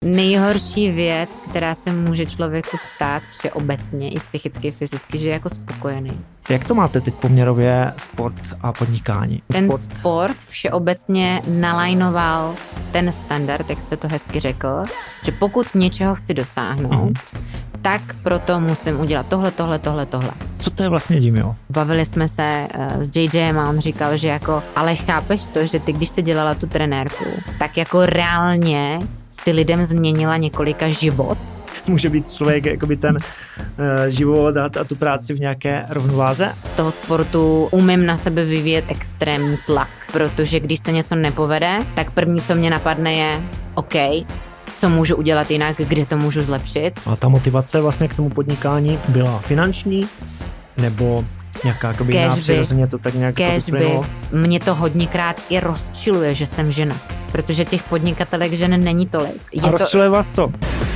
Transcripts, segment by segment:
nejhorší věc, která se může člověku stát všeobecně, i psychicky, fyzicky, že je jako spokojený. Jak to máte teď poměrově sport a podnikání? Ten sport všeobecně nalajnoval ten standard, jak jste to hezky řekl, že pokud něčeho chci dosáhnout, tak proto musím udělat tohle. Co to je vlastně, Jimmy? Bavili jsme se s JJem a on říkal, že jako, ale chápeš to, že ty, když jsi dělala tu trenérku, tak jako reálně si lidem změnila několika život. Může být člověk jakoby ten život a tu práci v nějaké rovnováze? Z toho sportu umím na sebe vyvíjet extrémní tlak, protože když se něco nepovede, tak první, co mě napadne je OK, co můžu udělat jinak, kde to můžu zlepšit. A ta motivace vlastně k tomu podnikání byla finanční nebo nějaká jiná, přirozeně to tak nějak vyplynulo? Mě to hodněkrát i rozčiluje, že jsem žena, protože těch podnikatelek žen není tolik. A rozčiluje vás co?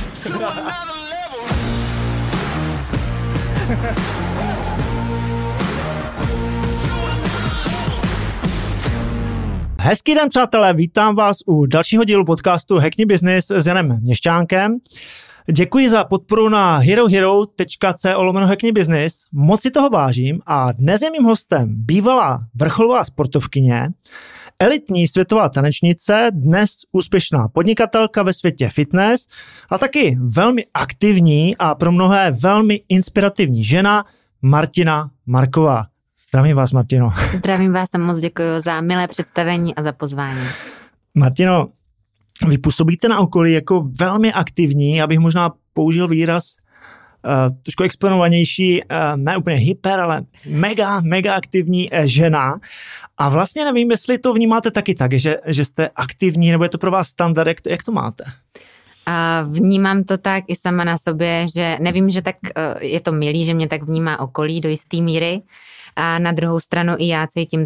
Hezký den, přátelé, vítám vás u dalšího dílu podcastu Hackni Business s Janem Měšťánkem. Děkuji za podporu na herohero.co/Hackni Business, moc si toho vážím a dnes je mým hostem bývalá vrcholová sportovkyně, elitní světová tanečnice, dnes úspěšná podnikatelka ve světě fitness a taky velmi aktivní a pro mnohé velmi inspirativní žena Martina Marková. Zdravím vás, Martino. Zdravím vás a moc děkuji za milé představení a za pozvání. Martino, vy působíte na okolí jako velmi aktivní, abych možná použil výraz trošku exponovanější, ne úplně hyper, ale mega aktivní žena. A vlastně nevím, jestli to vnímáte taky tak, že jste aktivní, nebo je to pro vás standard, jak to máte? A vnímám to tak i sama na sobě, že nevím, že tak je to milý, že mě tak vnímá okolí do jistý míry. A na druhou stranu i já cítím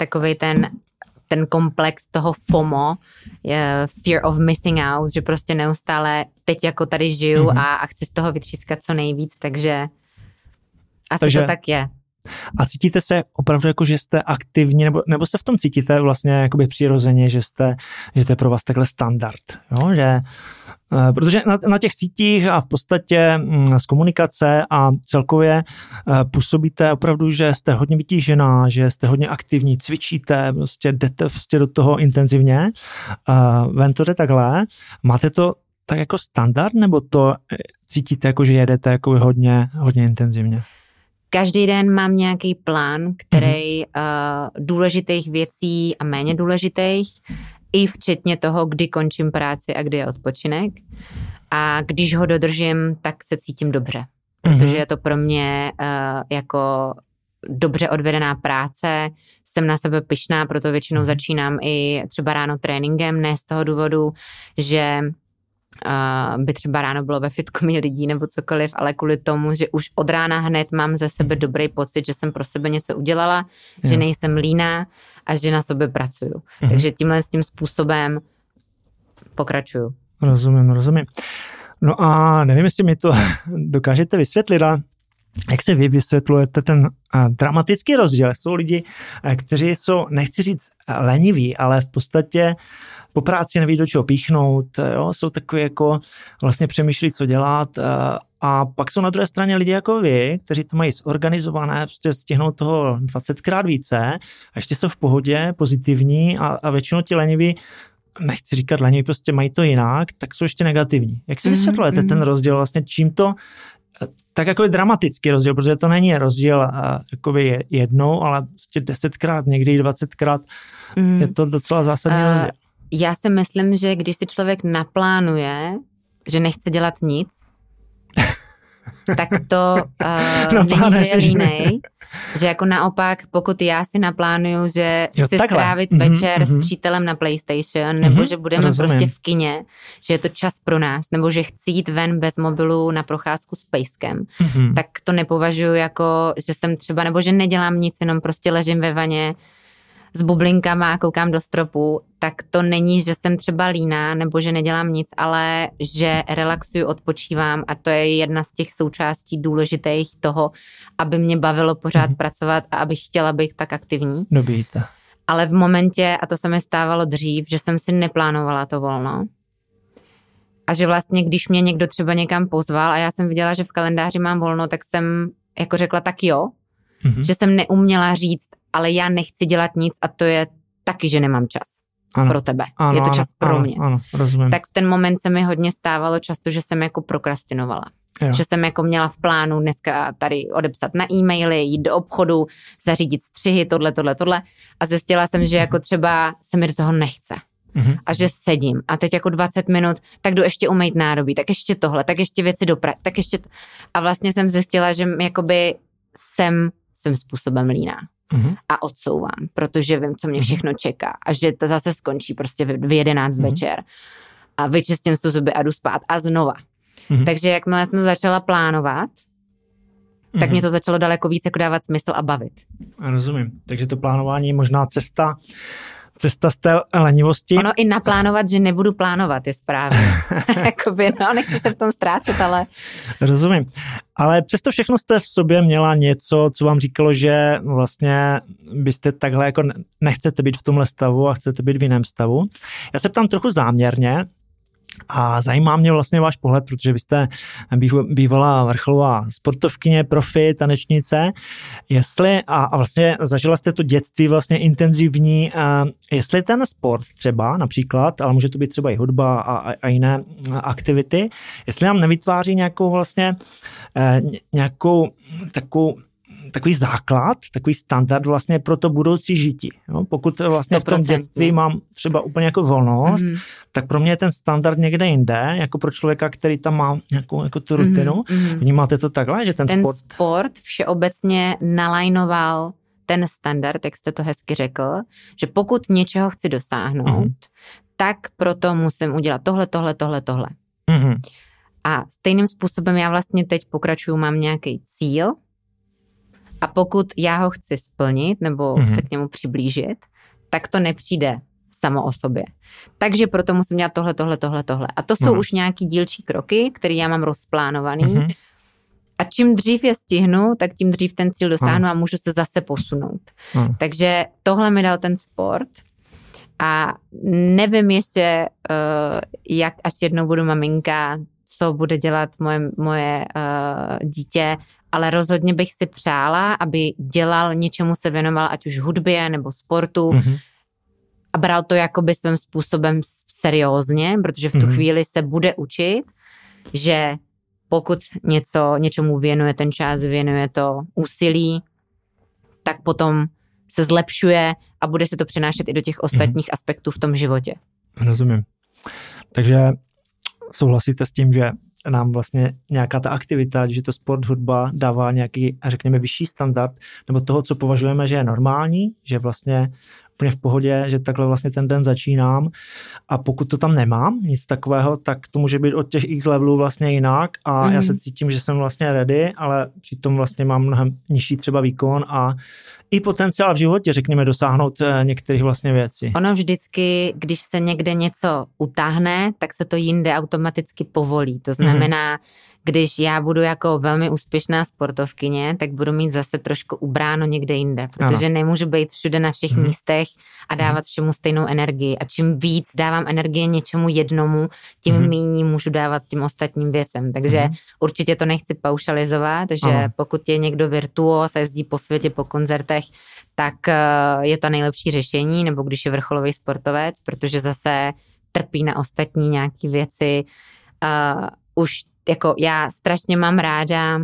ten komplex toho FOMO, fear of missing out, že prostě neustále teď jako tady žiju a chci z toho vytřískat co nejvíc, takže to tak je. A cítíte se opravdu jako, že jste aktivní, nebo se v tom cítíte vlastně jakoby přirozeně, že to je pro vás takhle standard, jo? Že, protože na těch sítích a v podstatě z komunikace a celkově působíte opravdu, že jste hodně vytížená, že jste hodně aktivní, cvičíte, prostě jdete prostě do toho intenzivně, ven to jde takhle. Máte to tak jako standard, nebo to cítíte jako, že jedete jako hodně intenzivně? Každý den mám nějaký plán, který důležitých věcí a méně důležitých, i včetně toho, kdy končím práci a kdy je odpočinek. A když ho dodržím, tak se cítím dobře, protože je to pro mě jako dobře odvedená práce, jsem na sebe pyšná, proto většinou začínám i třeba ráno tréninkem, ne z toho důvodu, že by třeba ráno bylo ve fitku méně lidí nebo cokoliv, ale kvůli tomu, že už od rána hned mám ze sebe dobrý pocit, že jsem pro sebe něco udělala, že nejsem líná a že na sobě pracuju. Takže tímhle s tím způsobem pokračuju. Rozumím. No a nevím, jestli mi to dokážete vysvětlit, ale jak se vy vysvětlujete ten dramatický rozdíl? Jsou lidi, kteří jsou, nechci říct leniví, ale v podstatě po práci neví do čeho píchnout, jo? Jsou takový jako vlastně přemýšlí, co dělat a pak jsou na druhé straně lidi jako vy, kteří to mají zorganizované, prostě stihnou toho 20krát více a ještě jsou v pohodě, pozitivní a většinou ti leniví, nechci říkat leniví, prostě mají to jinak, tak jsou ještě negativní. Jak si vysvětlujete ten rozdíl vlastně, čím to tak jako je dramatický rozdíl, protože to není rozdíl jakoby jednou, ale prostě 10krát, někdy i 20krát je to docela zásadní rozdíl. Já si myslím, že když si člověk naplánuje, že nechce dělat nic, tak to není, že je línej. Že jako naopak, pokud já si naplánuju, že chci strávit večer s přítelem na PlayStation, nebo že budeme prostě v kině, že je to čas pro nás, nebo že chci jít ven bez mobilu na procházku s pejskem, tak to nepovažuji jako, že jsem třeba, nebo že nedělám nic, jenom prostě ležím ve vaně s bublinkama a koukám do stropu, tak to není, že jsem třeba líná nebo že nedělám nic, ale že relaxuju, odpočívám a to je jedna z těch součástí důležitých toho, aby mě bavilo pořád pracovat a abych chtěla být tak aktivní. Dobíte. Ale v momentě, a to se mi stávalo dřív, že jsem si neplánovala to volno, A že vlastně, když mě někdo třeba někam pozval a já jsem viděla, že v kalendáři mám volno, tak jsem jako řekla tak jo, že jsem neuměla říct, ale já nechci dělat nic a to je taky, že nemám čas pro tebe. Je to čas pro mě. Ano, rozumím. Tak v ten moment se mi hodně stávalo často, že jsem jako prokrastinovala. Jo. Že jsem jako měla v plánu dneska tady odepsat na e-maily, jít do obchodu, zařídit střihy, tohle a zjistila jsem, že jako třeba se mi do toho nechce. A že sedím a teď jako 20 minut, tak jdu ještě umýt nádobí, tak ještě tohle, tak ještě věci dopravit, tak ještě a vlastně jsem zjistila, že jakoby jsem svým způsobem líná a odsouvám, protože vím, co mě všechno čeká a že to zase skončí prostě v 11 večer a vyčistím si zuby a jdu spát a znova. Takže jakmile jsem to začala plánovat, tak mě to začalo daleko víc jako dávat smysl a bavit. Rozumím. Takže to plánování je možná cesta z té lenivosti. Ono i naplánovat, že nebudu plánovat, je správně. Jakoby, nechci se v tom ztrácet, ale... Rozumím. Ale přesto všechno jste v sobě měla něco, co vám říkalo, že vlastně byste takhle jako nechcete být v tomhle stavu a chcete být v jiném stavu. Já se ptám trochu záměrně, a zajímá mě vlastně váš pohled, protože vy jste bývalá vrcholová sportovkyně, profi, tanečnice, jestli, a vlastně zažila jste to dětství vlastně intenzivní, jestli ten sport třeba například, ale může to být třeba i hudba a jiné aktivity, jestli nám nevytváří nějakou vlastně, nějakou takový základ, takový standard vlastně pro to budoucí žití. Jo? Pokud vlastně 100%. V tom dětství mám třeba úplně jako volnost, tak pro mě je ten standard někde jinde, jako pro člověka, který tam má nějakou jako tu rutinu. Vnímáte to takhle, že ten sport všeobecně nalajnoval ten standard, jak jste to hezky řekl, že pokud něčeho chci dosáhnout, tak proto musím udělat tohle. A stejným způsobem já vlastně teď pokračuju, mám nějaký cíl, a pokud já ho chci splnit nebo se k němu přiblížit, tak to nepřijde samo o sobě. Takže proto musím dělat tohle. A to jsou už nějaký dílčí kroky, které já mám rozplánovaný. A čím dřív je stihnu, tak tím dřív ten cíl dosáhnu a můžu se zase posunout. Takže tohle mi dal ten sport. A nevím ještě, jak až jednou budu maminka, co bude dělat moje dítě, ale rozhodně bych si přála, aby dělal, něčemu se věnoval, ať už hudbě nebo sportu a bral to jakoby svým způsobem seriózně, protože v tu chvíli se bude učit, že pokud něčemu věnuje ten čas, věnuje to úsilí, tak potom se zlepšuje a bude se to přinášet i do těch ostatních aspektů v tom životě. Rozumím. Takže souhlasíte s tím, že nám vlastně nějaká ta aktivita, že to sport, hudba dává nějaký, řekněme, vyšší standard, nebo toho, co považujeme, že je normální, že vlastně úplně v pohodě, že takhle vlastně ten den začínám a pokud to tam nemám, nic takového, tak to může být od těch x levelů vlastně jinak a já se cítím, že jsem vlastně ready, ale přitom vlastně mám mnohem nižší třeba výkon a i potenciál v životě, řekněme, dosáhnout některých vlastně věcí. Ono vždycky, když se někde něco utáhne, tak se to jinde automaticky povolí. To znamená, když já budu jako velmi úspěšná sportovkyně, tak budu mít zase trošku ubráno někde jinde, protože nemůžu být všude na všech místech a dávat všemu stejnou energii. A čím víc dávám energie něčemu jednomu, tím méně můžu dávat tím ostatním věcem. Takže určitě to nechci paušalizovat, že pokud je někdo virtuóz a jezdí po světě po koncertech, tak je to nejlepší řešení, nebo když je vrcholový sportovec, protože zase trpí na ostatní nějaké věci. Už jako já strašně mám ráda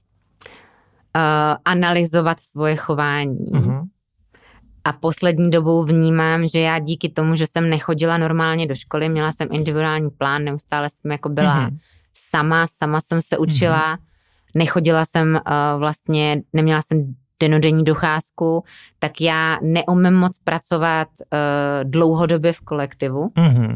analyzovat svoje chování. A poslední dobou vnímám, že já díky tomu, že jsem nechodila normálně do školy, měla jsem individuální plán, neustále jsem jako byla sama jsem se učila, nechodila jsem vlastně, neměla jsem denodenní docházku, tak já neumím moc pracovat dlouhodobě v kolektivu,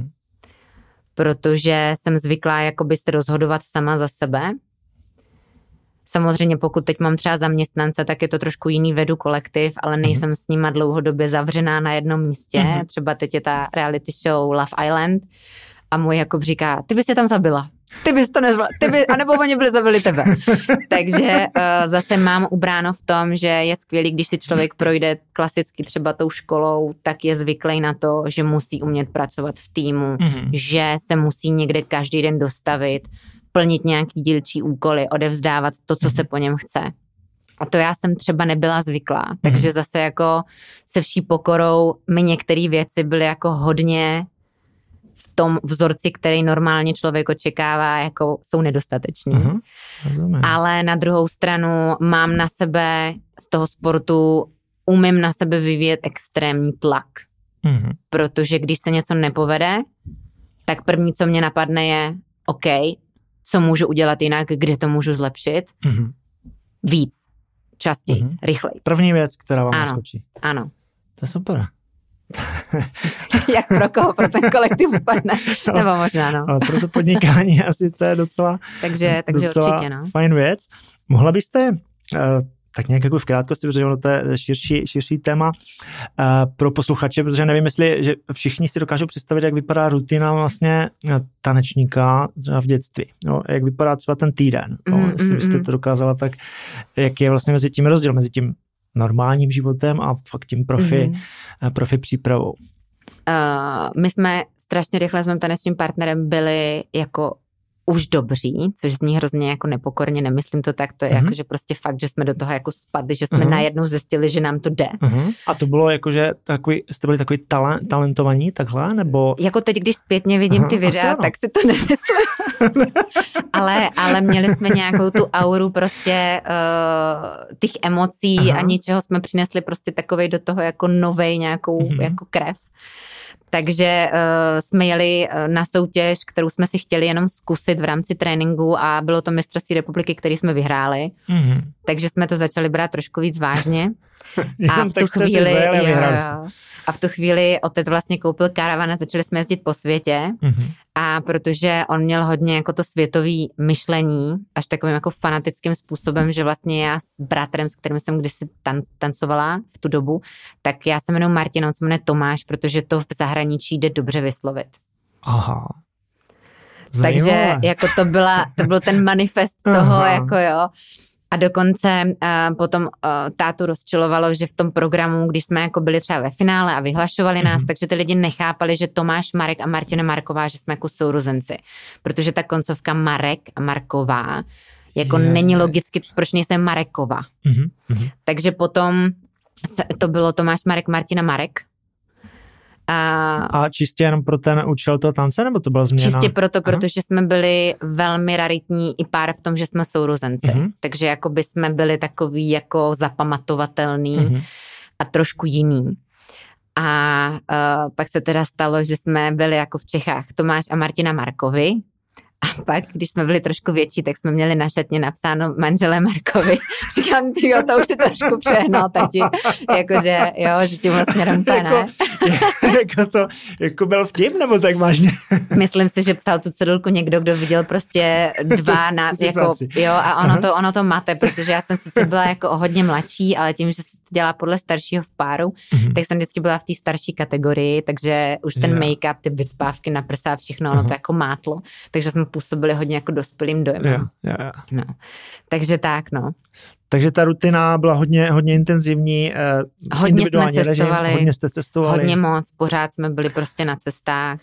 protože jsem zvyklá jakoby se rozhodovat sama za sebe. Samozřejmě pokud teď mám třeba zaměstnance, tak je to trošku jiný, vedu kolektiv, ale nejsem s nima dlouhodobě zavřená na jednom místě. Třeba teď je ta reality show Love Island a můj Jakub říká, ty bys je tam zabila. Ty bys to nezvládl, anebo oni byli zabili tebe. Takže zase mám ubráno v tom, že je skvělý, když si člověk projde klasicky třeba tou školou, tak je zvyklý na to, že musí umět pracovat v týmu, že se musí někde každý den dostavit, plnit nějaký dílčí úkoly, odevzdávat to, co se po něm chce. A to já jsem třeba nebyla zvyklá, takže zase jako se vší pokorou mi některé věci byly jako hodně v tom vzorci, který normálně člověk očekává, jako jsou nedostateční. Ale na druhou stranu mám na sebe z toho sportu, umím na sebe vyvíjet extrémní tlak. Protože když se něco nepovede, tak první, co mě napadne je, OK, co můžu udělat jinak, kde to můžu zlepšit, víc. Častěji, rychleji. První věc, která vám naskočí. Ano. To je super. Jak pro koho? Pro ten kolektiv upadne. No, nebo možná, no. Ale pro to podnikání asi to je docela určitě, no. Fajn věc. Mohla byste tak nějak jako v krátkosti, protože ono to je širší téma pro posluchače, protože nevím, jestli že všichni si dokážou představit, jak vypadá rutina vlastně tanečníka v dětství. No, jak vypadá třeba ten týden. Jestli byste to dokázala, tak jak je vlastně mezi tím rozdíl, mezi tím normálním životem a fakt tím profi přípravou. My jsme strašně rychle s mým tanečním partnerem byli jako už dobří, což zní hrozně jako nepokorně, nemyslím to tak, to je jako, že prostě fakt, že jsme do toho jako spadli, že jsme najednou zjistili, že nám to jde. A to bylo jako, že jste byli takový talentovaní takhle, nebo? Jako teď, když zpětně vidím ty videa, tak si to nemyslím. ale měli jsme nějakou tu auru prostě těch emocí a ničeho jsme přinesli prostě takovej do toho jako novej nějakou jako krev. Takže jsme jeli na soutěž, kterou jsme si chtěli jenom zkusit v rámci tréninku a bylo to mistrovství republiky, který jsme vyhráli. Takže jsme to začali brát trošku víc vážně. A v tu chvíli otec vlastně koupil karavan a začali jsme jezdit po světě. A protože on měl hodně jako to světový myšlení, až takovým jako fanatickým způsobem, že vlastně já s bratrem, s kterým jsem kdysi tancovala v tu dobu, tak já se jmenuji Martin, on se jmenuje Tomáš, protože to v zahraničí jde dobře vyslovit. Aha. Zajímavé. Takže jako to byl ten manifest toho, jako jo. A dokonce potom tátu rozčilovalo, že v tom programu, když jsme jako byli třeba ve finále a vyhlašovali nás, takže ty lidi nechápali, že Tomáš Marek a Martina Marková, že jsme jako sourozenci. Protože ta koncovka Marek a Marková jako není logicky, proč nejsem Mareková. Takže potom to bylo Tomáš Marek, Martina Marek. A čistě jenom pro ten účel toho tance, nebo to byla změna? Čistě proto, protože jsme byli velmi raritní i pár v tom, že jsme sourozenci. Takže jako by jsme byli takový jako zapamatovatelný a trošku jiný. A pak se teda stalo, že jsme byli jako v Čechách Tomáš a Martina Markovi. A pak, když jsme byli trošku větší, tak jsme měli na šatně napsáno manželé Markovi. Říkám, tyjo, to už si trošku přehnal, tati. Jakože, jo, že tímhle směrem úplně ne. Jako to, jako byl vtip, nebo tak vážně? Myslím si, že psal tu cedulku někdo, kdo viděl prostě dva na, jako, jo, a ono to mate, protože já jsem sice byla jako o hodně mladší, ale tím, že se to dělá podle staršího v páru, tak jsem vždycky byla v té starší kategorii, takže už ten make-up, ty vyspávky na prsa, všechno, ono to jako mátlo, takže jsme působili hodně jako dospělým dojemem. No. Takže tak, no. Takže ta rutina byla hodně intenzivní. Hodně jsme cestovali. Režim, hodně jste cestovali. Hodně moc, pořád jsme byli prostě na cestách.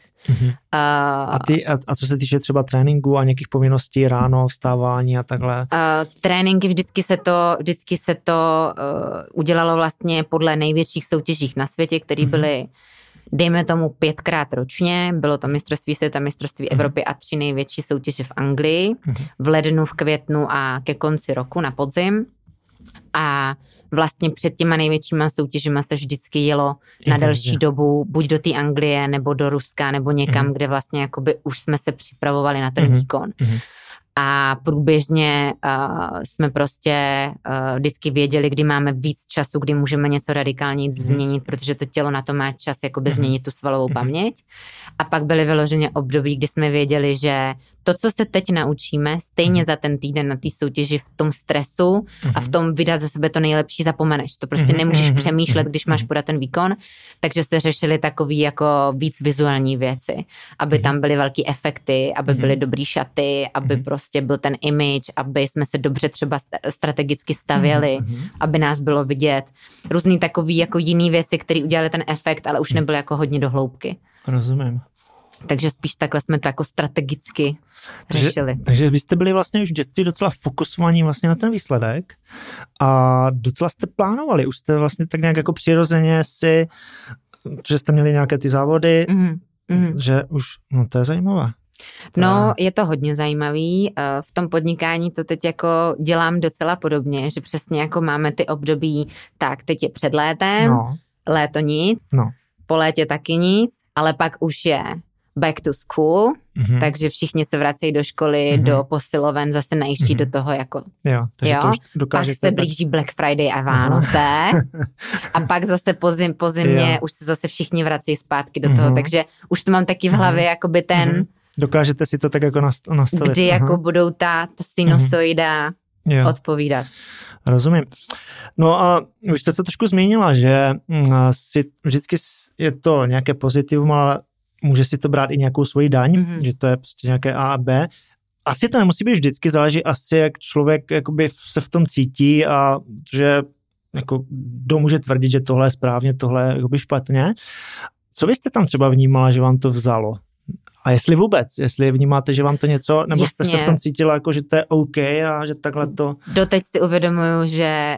A co se týče třeba tréninku a nějakých povinností ráno, vstávání a takhle? Tréninky vždycky se to udělalo vlastně podle největších soutěžích na světě, které byly dejme tomu 5krát ročně, bylo to mistrovství světa, mistrovství Evropy a 3 největší soutěže v Anglii, v lednu, v květnu a ke konci roku na podzim. A vlastně před těma největšíma soutěžima se vždycky jelo na delší dobu, buď do té Anglie, nebo do Ruska, nebo někam, kde vlastně jakoby už jsme se připravovali na ten výkon. A průběžně jsme prostě vždycky věděli, kdy máme víc času, kdy můžeme něco radikálně změnit, protože to tělo na to má čas jakoby změnit tu svalovou paměť. A pak byly vyloženě období, kdy jsme věděli, že to, co se teď naučíme, stejně za ten týden na té soutěži v tom stresu a v tom vydat ze sebe to nejlepší zapomeneš. To prostě nemůžeš přemýšlet, když máš podat ten výkon, takže se řešily takový jako víc vizuální věci, aby tam byly velký efekty, aby byly dobrý šaty, aby prostě byl ten image, aby jsme se dobře třeba strategicky stavěli, aby nás bylo vidět. Různý takový jako jiný věci, které udělali ten efekt, ale už nebyly jako hodně do hloubky. Rozumím. Takže spíš takhle jsme to jako strategicky řešili. Takže vy jste byli vlastně už v dětství docela fokusovaní vlastně na ten výsledek a docela jste plánovali. Už jste vlastně tak nějak jako přirozeně že jste měli nějaké ty závody, že už, no to je zajímavé. No, je to hodně zajímavý. V tom podnikání to teď jako dělám docela podobně, že přesně jako máme ty období, tak teď je před létem, léto nic, po létě taky nic, ale pak už je back to school, takže všichni se vracejí do školy, do posiloven, zase najíždí do toho jako, takže to už dokážete. Pak se blíží Black Friday a Vánoce a pak zase po zimě už se zase všichni vracejí zpátky do toho, takže už to mám taky v hlavě jakoby ten... Dokážete si to tak jako nastavit. Kdy jako budou ta sinusoida odpovídat. Rozumím. No a už jste to trošku zmínila, že si vždycky je to nějaké pozitivum, ale může si to brát i nějakou svoji daň, že to je prostě nějaké A a B. Asi to nemusí být vždycky, záleží asi, jak člověk jakoby se v tom cítí a že jako kdo může tvrdit, že tohle je správně, tohle je jakoby špatně. Co vy jste tam třeba vnímala, že vám to vzalo? A jestli vůbec, jestli vnímáte, že vám to něco, nebo jste se v tom cítila, jako, že to je OK a že takhle to... Doteď si uvědomuju, že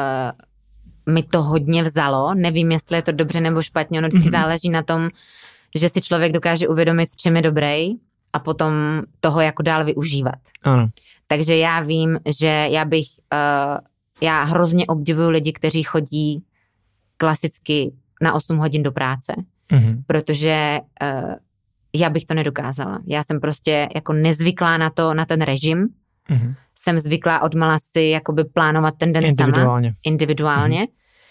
mi to hodně vzalo. Nevím, jestli je to dobře nebo špatně, ono vždycky záleží na tom, že si člověk dokáže uvědomit, v čem je dobrý a potom toho jako dál využívat. Ano. Takže já vím, že já hrozně obdivuju lidi, kteří chodí klasicky na 8 hodin do práce, protože já bych to nedokázala. Já jsem prostě jako nezvyklá na ten režim. Jsem zvyklá odmala si jakoby plánovat ten den individuálně.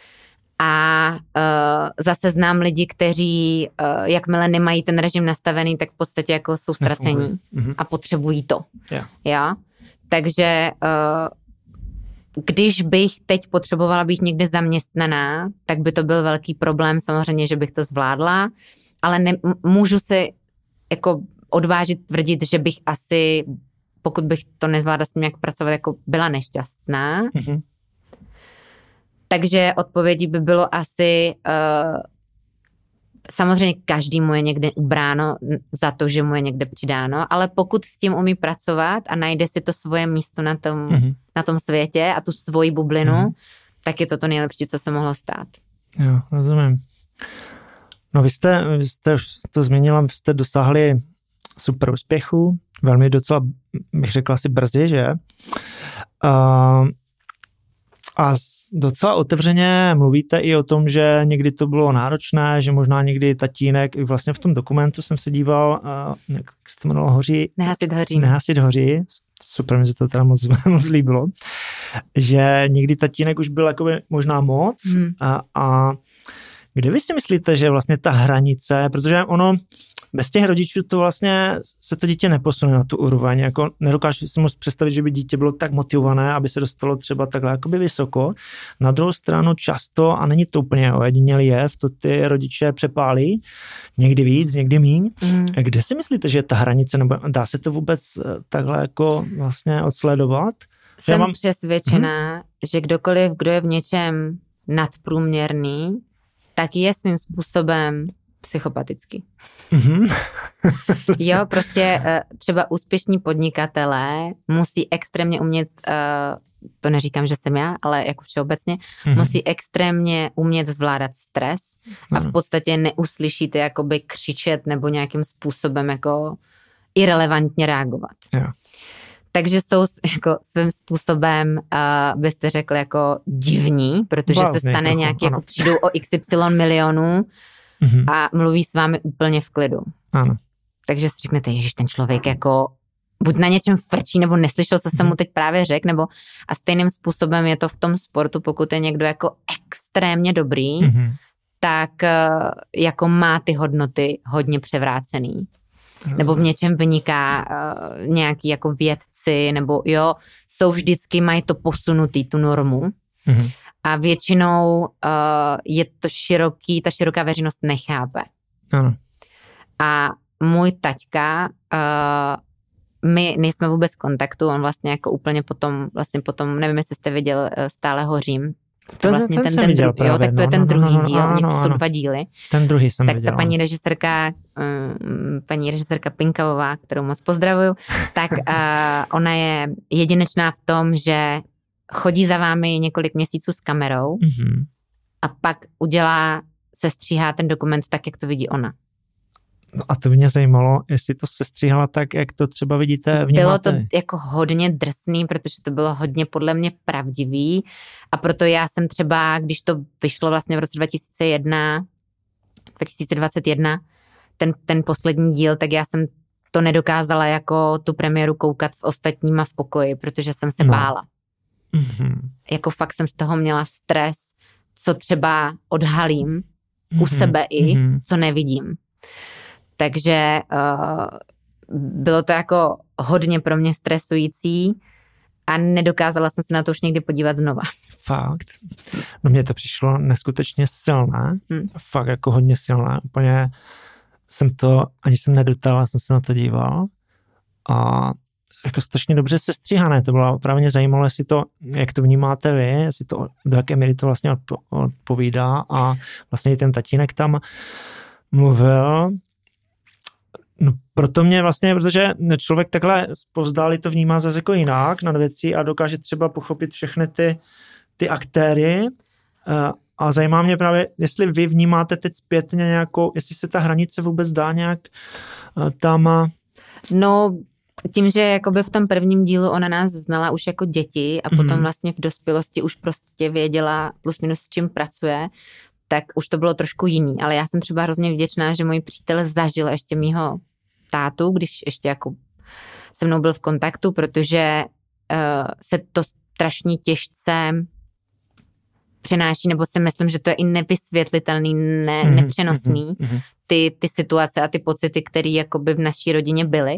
A zase znám lidi, kteří jakmile nemají ten režim nastavený, tak v podstatě jako jsou ztracení a potřebují to. Jo? Takže když bych teď potřebovala být někde zaměstnaná, tak by to byl velký problém, samozřejmě, že bych to zvládla, ale můžu si jako odvážit tvrdit, že bych asi, pokud bych to nezvládla s tím jak pracovat, jako byla nešťastná. Takže odpovědí by bylo asi, samozřejmě každému je někde ubráno za to, že mu je někde přidáno, ale pokud s tím umí pracovat a najde si to svoje místo na tom světě a tu svoji bublinu, tak je to nejlepší, co se mohlo stát. Jo, rozumím. No vy jste to změnila, jste dosáhli super úspěchu, velmi docela, bych řekl asi brzy, že? A docela otevřeně mluvíte i o tom, že někdy to bylo náročné, že možná někdy tatínek, i vlastně v tom dokumentu jsem se díval, jak se to jmenovalo, Nehasit hoří. Super, mi se to teda moc líbilo. Že někdy tatínek už byl jakoby možná moc a kde vy si myslíte, že vlastně ta hranice, protože ono bez těch rodičů to vlastně se to dítě neposune na tu úroveň, jako nedokážu si moc představit, že by dítě bylo tak motivované, aby se dostalo třeba takhle jakoby vysoko. Na druhou stranu často, a není to úplně ojedinělý jev, to ty rodiče přepálí, někdy víc, někdy míň. Kde si myslíte, že je ta hranice, nebo dá se to vůbec takhle jako vlastně odsledovat? Jsem přesvědčená, že kdokoliv, kdo je v něčem nadprůměrný, tak je svým způsobem psychopatický. Jo, prostě třeba úspěšní podnikatelé musí extrémně umět, to neříkám, že jsem já, ale jako všeobecně, musí extrémně umět zvládat stres a v podstatě neuslyšíte jakoby křičet nebo nějakým způsobem jako irelevantně reagovat. Jo. Takže jsou jako svým způsobem byste řekli jako divní, protože se stane nějaký, jako přijdou o XY milionů a mluví s vámi úplně v klidu. Ano. Takže si řeknete, ježiš, ten člověk jako buď na něčem frčí, nebo neslyšel, co jsem mu teď právě řekl, nebo a stejným způsobem je to v tom sportu, pokud je někdo jako extrémně dobrý, tak jako má ty hodnoty hodně převrácený. nebo v něčem vyniká nějaký jako vědci, nebo jo, jsou vždycky, mají to posunutý, tu normu. A většinou je to ta široká veřejnost nechápe. Ano. A můj taťka, my nejsme vůbec v kontaktu, on vlastně jako úplně potom, nevím, jestli jste viděl Stále hořím. To vlastně ten viděl právě. Jo, tak to je ten druhý díl, to jsou 2 díly. Ten druhý jsem tak viděl. Tak paní režisérka Pinkavová, kterou moc pozdravuju, tak ona je jedinečná v tom, že chodí za vámi několik měsíců s kamerou a pak sestříhá ten dokument tak, jak to vidí ona. No a to mě zajímalo, jestli to sestříhala tak, jak to třeba vidíte, vnímáte. Bylo to jako hodně drsný, protože to bylo hodně podle mě pravdivý a proto já jsem třeba, když to vyšlo vlastně v roce 2021, ten poslední díl, tak já jsem to nedokázala jako tu premiéru koukat s ostatníma v pokoji, protože jsem se bála. Jako fakt jsem z toho měla stres, co třeba odhalím u sebe co nevidím. Takže bylo to jako hodně pro mě stresující a nedokázala jsem se na to už někdy podívat znova. Fakt? No mně to přišlo neskutečně silné. Fakt jako hodně silné. Úplně ani jsem nedotala, jsem se na to díval. A jako strašně dobře sestříhané. To bylo opravdu zajímalo, jak to vnímáte vy, jestli to, do jaké míry to vlastně odpovídá. A vlastně i ten tatínek tam mluvil. No proto mě vlastně, protože člověk takhle zpovzdálí to vnímá zase jako jinak nad věcí a dokáže třeba pochopit všechny ty aktéry a zajímá mě právě, jestli vy vnímáte teď zpětně nějakou, jestli se ta hranice vůbec dá nějak tam... No tím, že jakoby v tom prvním dílu ona nás znala už jako děti a potom vlastně v dospělosti už prostě věděla plus minus s čím pracuje, tak už to bylo trošku jiný, ale já jsem třeba hrozně vděčná, že můj přítel zažil ještě mýho tátu, když ještě jako se mnou byl v kontaktu, protože se to strašně těžce přenáší, nebo si myslím, že to je i nevysvětlitelný, nepřenosný, ty situace a ty pocity, které jakoby v naší rodině byly.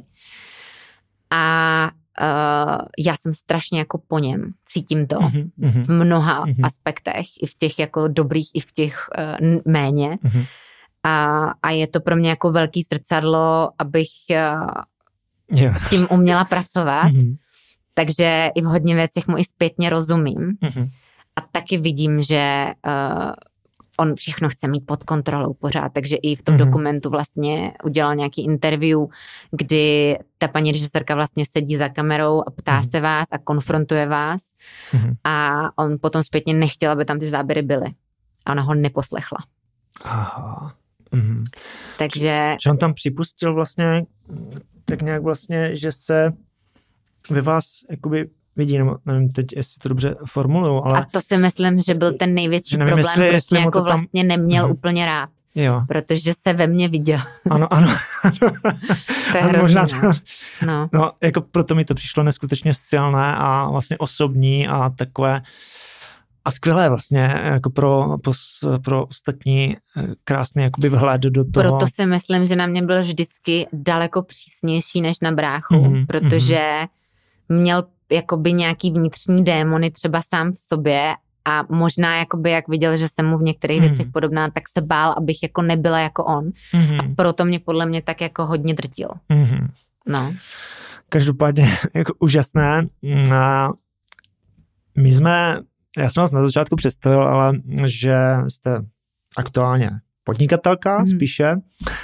A já jsem strašně jako po něm, cítím to v mnoha aspektech, i v těch jako dobrých, i v těch méně. A je to pro mě jako velký zrcadlo, abych s tím uměla pracovat. Takže i v hodně věcech mu i zpětně rozumím. A taky vidím, že on všechno chce mít pod kontrolou pořád, takže i v tom dokumentu vlastně udělal nějaký interview, kdy ta paní režisérka vlastně sedí za kamerou a ptá se vás a konfrontuje vás a on potom zpětně nechtěl, aby tam ty záběry byly. A ona ho neposlechla. Aha. Takže... Že on tam připustil vlastně, tak nějak vlastně, že se ve vás jakoby vidí, nebo nevím teď, jestli to dobře formuluju, ale... A to si myslím, že byl ten největší problém, protože mě jako vlastně neměl úplně rád. Jo. Protože se ve mně viděl. Ano. To je hrozný. No, jako proto mi to přišlo neskutečně silné a vlastně osobní a takové a skvělé vlastně, jako pro ostatní krásný jakoby vhled do toho. Proto si myslím, že na mě byl vždycky daleko přísnější než na bráchu, protože měl jakoby nějaký vnitřní démony třeba sám v sobě a možná jakoby jak viděl, že jsem mu v některých věcech podobná, tak se bál, abych jako nebyla jako on. A proto mě podle mě tak jako hodně drtil. No. Každopádně jako úžasné. Já jsem vás na začátku představil, ale že jste aktuálně podnikatelka spíše.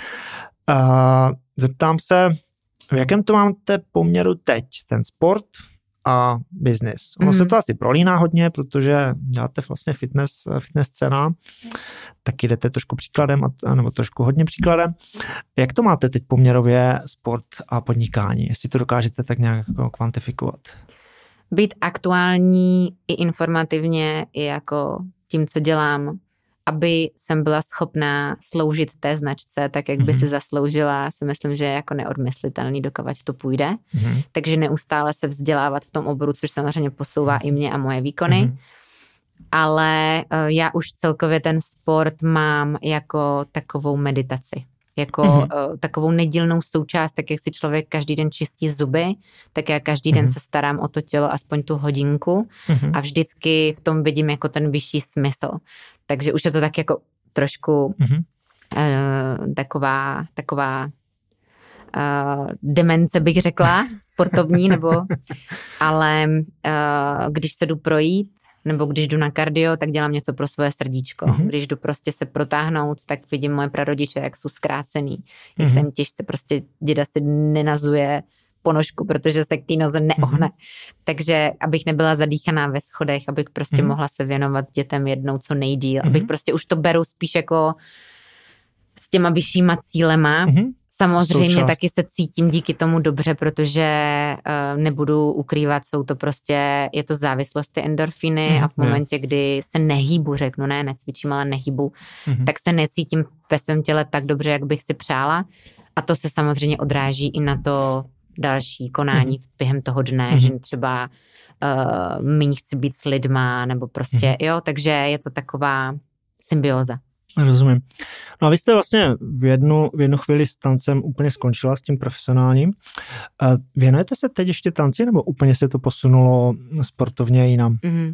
Zeptám se, v jakém to máte poměru teď, ten sport a business? Ono se to asi prolíná hodně, protože děláte vlastně fitness scéna, tak jdete trošku příkladem, nebo trošku hodně příkladem. Jak to máte teď poměrově sport a podnikání? Jestli to dokážete tak nějak kvantifikovat? Být aktuální i informativně, i jako tím, co dělám, aby jsem byla schopná sloužit té značce tak, jak by si zasloužila, si myslím, že je jako neodmyslitelný, dokavať to půjde. Takže neustále se vzdělávat v tom oboru, což samozřejmě posouvá i mě a moje výkony. Ale já už celkově ten sport mám jako takovou meditaci. jako takovou nedílnou součást, tak jak si člověk každý den čistí zuby, tak já každý den se starám o to tělo aspoň tu hodinku a vždycky v tom vidím jako ten vyšší smysl. Takže už je to tak jako trošku taková demence bych řekla, sportovní, ale když se jdu projít, nebo když jdu na kardio, tak dělám něco pro svoje srdíčko. Když jdu prostě se protáhnout, tak vidím moje prarodiče, jak jsou zkrácený, jak se jim těžce prostě děda si nenazuje ponožku, protože se k té noze neohne. Takže abych nebyla zadýchaná ve schodech, abych prostě mohla se věnovat dětem jednou co nejdýl, abych prostě už to beru spíš jako s těma vyššíma cílema. Samozřejmě taky se cítím díky tomu dobře, protože nebudu ukrývat, je to závislost ty endorfiny a v momentě, kdy se nehýbu, řeknu, necvičím, ale nehýbu, tak se necítím ve svém těle tak dobře, jak bych si přála a to se samozřejmě odráží i na to další konání během toho dne, že třeba míň chci být s lidma, nebo prostě, takže je to taková symbioza. Rozumím. No a vy jste vlastně v jednu chvíli s tancem úplně skončila, s tím profesionálním. Věnujete se teď ještě tanci, nebo úplně se to posunulo sportovně jinam?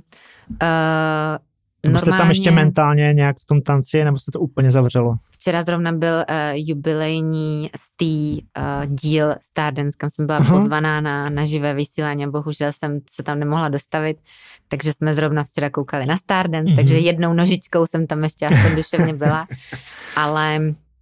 Nebo jste tam ještě mentálně nějak v tom tanci, nebo se to úplně zavřelo? Včera zrovna byl jubilejní díl Stardance, kam jsem byla pozvaná na živé vysílání a bohužel jsem se tam nemohla dostavit, takže jsme zrovna včera koukali na Stardance, takže jednou nožičkou jsem tam ještě aspoň duševně byla, ale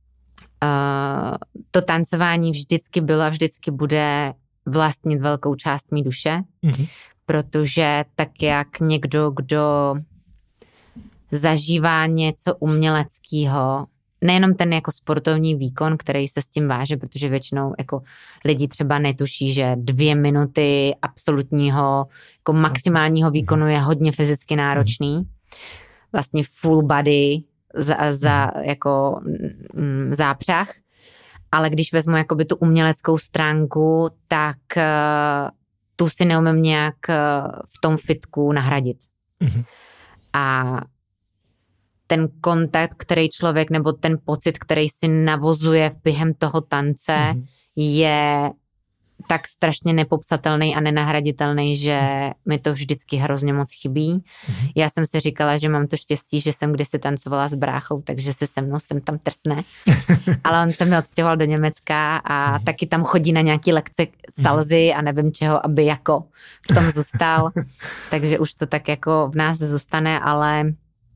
to tancování vždycky bylo a vždycky bude vlastnit velkou část mý duše, protože tak jak někdo, kdo zažívá něco uměleckého, nejenom ten jako sportovní výkon, který se s tím váže, protože většinou jako lidi třeba netuší, že 2 minuty absolutního jako maximálního výkonu je hodně fyzicky náročný. Vlastně full body za jako zápřah. Ale když vezmu jakoby tu uměleckou stránku, tak tu si neumím nějak v tom fitku nahradit. A ten kontakt, který člověk, nebo ten pocit, který si navozuje během toho tance, je tak strašně nepopsatelný a nenahraditelný, že mi to vždycky hrozně moc chybí. Já jsem si říkala, že mám to štěstí, že jsem kdysi tancovala s bráchou, takže se se mnou sem tam trsne. Ale on se mi odstěhoval do Německa a taky tam chodí na nějaký lekce salzy a nevím čeho, aby jako v tom zůstal. Takže už to tak jako v nás zůstane, ale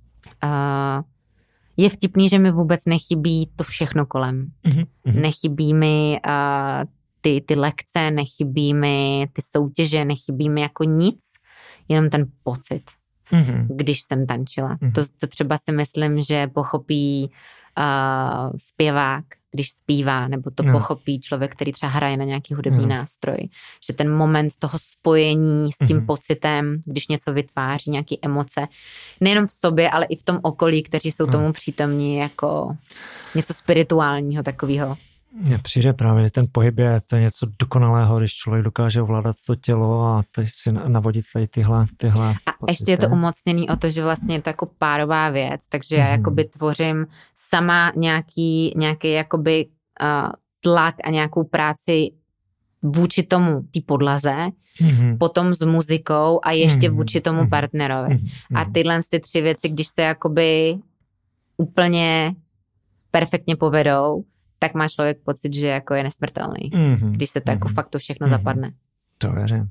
je vtipný, že mi vůbec nechybí to všechno kolem. Nechybí mi ty lekce, nechybí mi ty soutěže, nechybí mi jako nic, jenom ten pocit, když jsem tančila. To třeba si myslím, že pochopí zpěvák, když zpívá, nebo to pochopí člověk, který třeba hraje na nějaký hudební nástroj. Že ten moment toho spojení s tím pocitem, když něco vytváří, nějaký emoce, nejenom v sobě, ale i v tom okolí, kteří jsou tomu přítomní, jako něco spirituálního takového. Mně přijde právě, že ten pohyb je to něco dokonalého, když člověk dokáže ovládat to tělo a si navodit tady tyhle a pocity. Ještě je to umocněný o to, že vlastně je to jako párová věc, takže já jakoby tvořím sama nějaký jakoby tlak a nějakou práci vůči tomu, té podlaze, potom s muzikou a ještě vůči tomu partnerovi. A tyhle ty 3 věci, když se jakoby úplně perfektně povedou, tak má člověk pocit, že jako je nesmrtelný, když se to jako fakt to všechno zapadne. To věřím.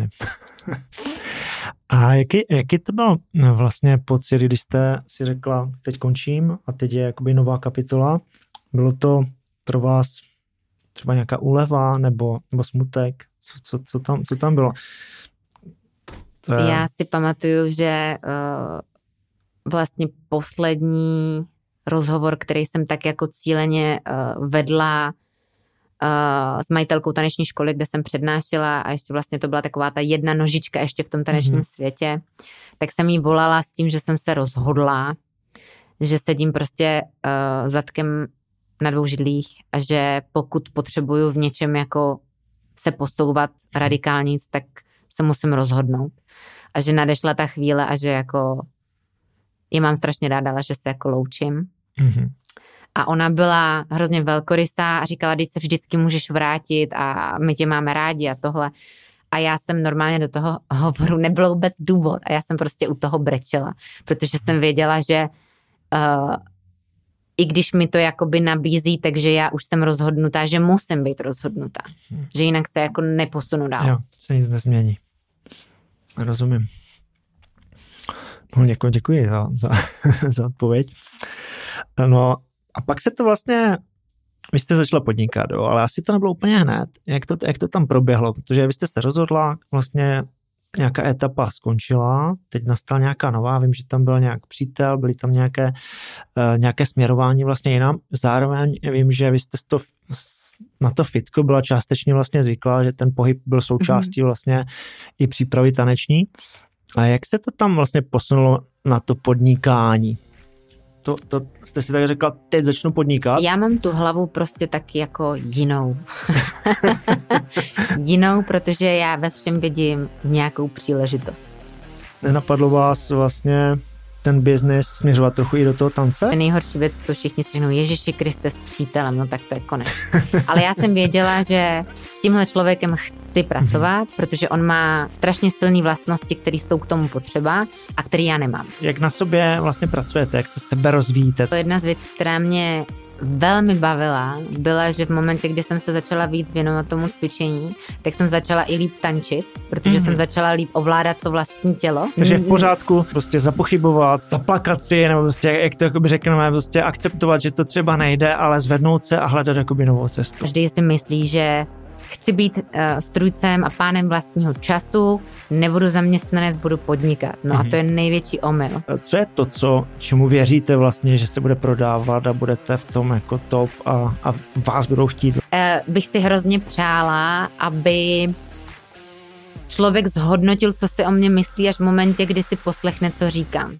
A jaký to byl vlastně pocit, když jste si řekla, teď končím a teď je jakoby nová kapitola? Bylo to pro vás třeba nějaká úleva nebo smutek? Co tam bylo? Já si pamatuju, že vlastně poslední rozhovor, který jsem tak jako cíleně vedla s majitelkou taneční školy, kde jsem přednášela a ještě vlastně to byla taková ta jedna nožička ještě v tom tanečním světě, tak jsem jí volala s tím, že jsem se rozhodla, že sedím prostě zadkem na 2 židlích a že pokud potřebuju v něčem jako se posouvat radikálně, tak se musím rozhodnout. A že nadešla ta chvíle a že jako je mám strašně ráda, ale že se jako loučím. a ona byla hrozně velkorysá a říkala, teď se vždycky můžeš vrátit a my tě máme rádi a tohle. A já jsem normálně do toho hovoru, nebyl vůbec důvod a já jsem prostě u toho brečela, protože jsem věděla, že i když mi to jakoby nabízí, takže já už jsem rozhodnutá, že musím být rozhodnutá. Že jinak se jako neposunu dál. Jo, se nic nezmění. Rozumím. No, děkuji za odpověď. No a pak se to vlastně, vy jste začala podnikat, jo, ale asi to nebylo úplně hned. Jak to tam proběhlo? Protože vy jste se rozhodla, vlastně nějaká etapa skončila, teď nastala nějaká nová, vím, že tam byl nějak přítel, byly tam nějaké směrování vlastně jinam. Zároveň vím, že vy jste na to fitko byla částečně vlastně zvyklá, že ten pohyb byl součástí vlastně i přípravy taneční. A jak se to tam vlastně posunulo na to podnikání? To jste si tak řekla, teď začnu podnikat? Já mám tu hlavu prostě taky jako jinou. Jinou, protože já ve všem vidím nějakou příležitost. Nenapadlo vás vlastně ten biznis směřovat trochu i do toho tance? Nejhorší věc, to všichni si řeknou, Ježiši Kriste s přítelem, no tak to je konec. Ale já jsem věděla, že s tímhle člověkem chci pracovat, protože on má strašně silné vlastnosti, které jsou k tomu potřeba a které já nemám. Jak na sobě vlastně pracujete, jak se sebe rozvíjíte? To je jedna z věcí, která mě velmi bavila, byla, že v momentě, kdy jsem se začala víc věnovat tomu cvičení, tak jsem začala i líp tančit, protože jsem začala líp ovládat to vlastní tělo. Takže v pořádku prostě zapochybovat, zaplakat si, nebo prostě, jak to jakoby řekneme, prostě akceptovat, že to třeba nejde, ale zvednout se a hledat jakoby novou cestu. Vždy si myslí, že chci být strůjcem a pánem vlastního času, nebudu zaměstnanec, budu podnikat. No a to je největší omyl. Co je to, čemu věříte vlastně, že se bude prodávat a budete v tom jako top a vás budou chtít? Bych si hrozně přála, aby člověk zhodnotil, co si o mě myslí až v momentě, kdy si poslechne, co říkám.